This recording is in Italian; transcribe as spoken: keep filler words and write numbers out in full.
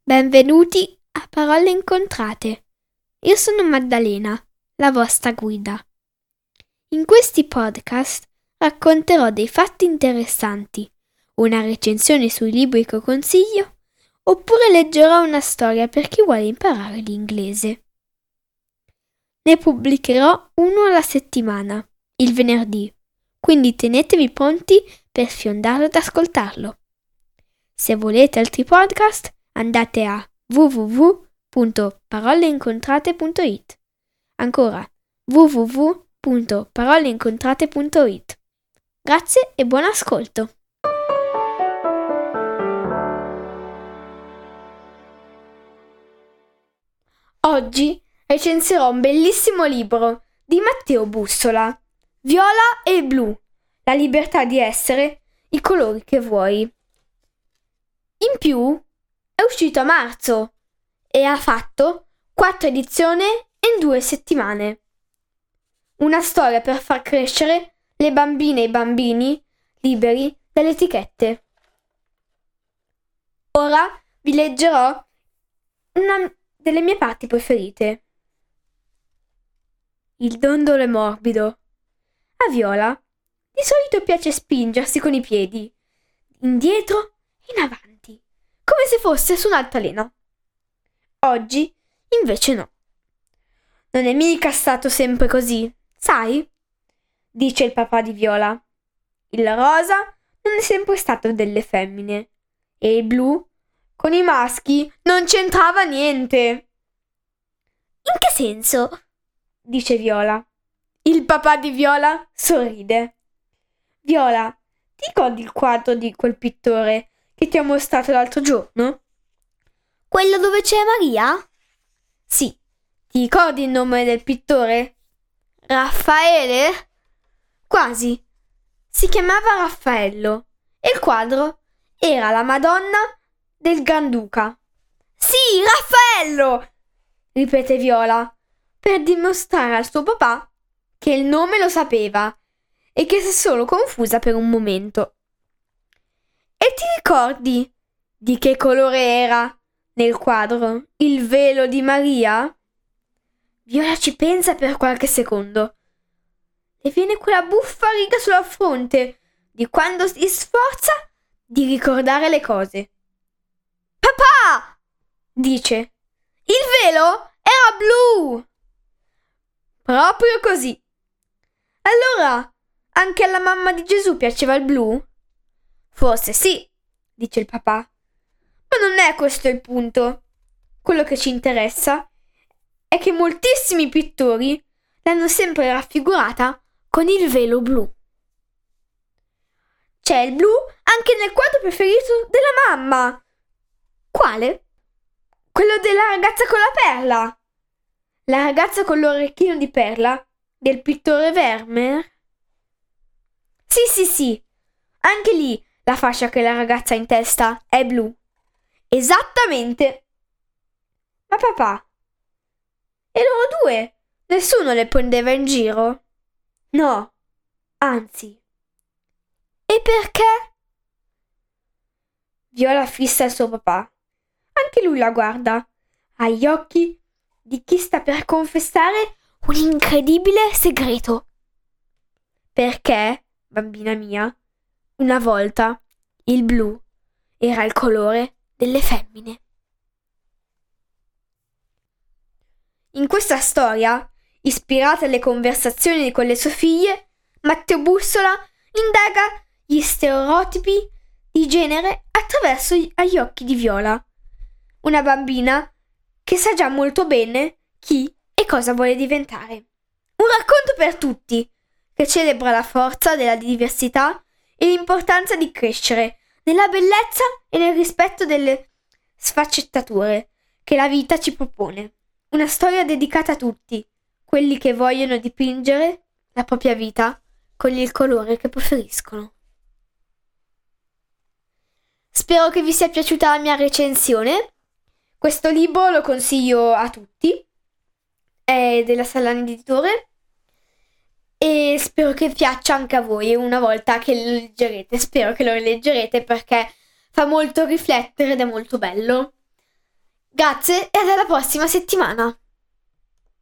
Benvenuti a Parole Incontrate. Io sono Maddalena, la vostra guida. In questi podcast racconterò dei fatti interessanti, una recensione sui libri che consiglio, oppure leggerò una storia per chi vuole imparare l'inglese. Ne pubblicherò uno alla settimana, il venerdì, quindi tenetevi pronti per fiondarlo ed ascoltarlo. Se volete altri podcast, andate a w w w punto parole incontrate punto i t. Ancora w w w punto parole incontrate punto i t. Grazie e buon ascolto. Oggi recensirò un bellissimo libro di Matteo Bussola, Viola e blu, la libertà di essere i colori che vuoi. In più è uscito a marzo e ha fatto quattro edizioni in due settimane. Una storia per far crescere le bambine e i bambini liberi dalle etichette. Ora vi leggerò una delle mie parti preferite. Il dondolo è morbido. A Viola di solito piace spingersi con i piedi, indietro e in avanti, come se fosse su un'altalena. Oggi invece no. Non è mica stato sempre così, sai? Dice il papà di Viola. Il rosa non è sempre stato delle femmine e il blu con i maschi non c'entrava niente. In che senso? Dice Viola. Il papà di Viola sorride. Viola, ti ricordi il quadro di quel pittore che ti ho mostrato l'altro giorno? Quello dove c'è Maria? Sì. Ti ricordi il nome del pittore? Raffaele? Quasi. Si chiamava Raffaello e il quadro era la Madonna del Granduca. Sì, Raffaello! Ripete Viola per dimostrare al suo papà che il nome lo sapeva e che si è solo confusa per un momento. E ti ricordi di che colore era nel quadro il velo di Maria? Viola ci pensa per qualche secondo. Le viene quella buffa riga sulla fronte di quando si sforza di ricordare le cose. Papà! Dice. Il velo era blu! Proprio così. Allora, anche alla mamma di Gesù piaceva il blu? Forse sì, dice il papà. Ma non è questo il punto. Quello che ci interessa è che moltissimi pittori l'hanno sempre raffigurata con il velo blu. C'è il blu anche nel quadro preferito della mamma. Quale? Quello della ragazza con la perla. La ragazza con l'orecchino di perla del pittore Vermeer? Sì, sì, sì. Anche lì la fascia che la ragazza ha in testa è blu. Esattamente. Ma papà, e loro due? Nessuno le prendeva in giro? No, anzi. E perché? Viola fissa il suo papà. Anche lui la guarda, ha gli occhi di chi sta per confessare un incredibile segreto. Perché, bambina mia, una volta il blu era il colore delle femmine. In questa storia, ispirata alle conversazioni con le sue figlie, Matteo Bussola indaga gli stereotipi di genere attraverso gli occhi di Viola, una bambina che sa già molto bene chi e cosa vuole diventare. Un racconto per tutti, che celebra la forza della diversità e l'importanza di crescere nella bellezza e nel rispetto delle sfaccettature che la vita ci propone. Una storia dedicata a tutti, quelli che vogliono dipingere la propria vita con il colore che preferiscono. Spero che vi sia piaciuta la mia recensione. Questo libro lo consiglio a tutti, è della Sallani Editore e spero che piaccia anche a voi una volta che lo leggerete. Spero che lo leggerete perché fa molto riflettere ed è molto bello. Grazie e alla prossima settimana!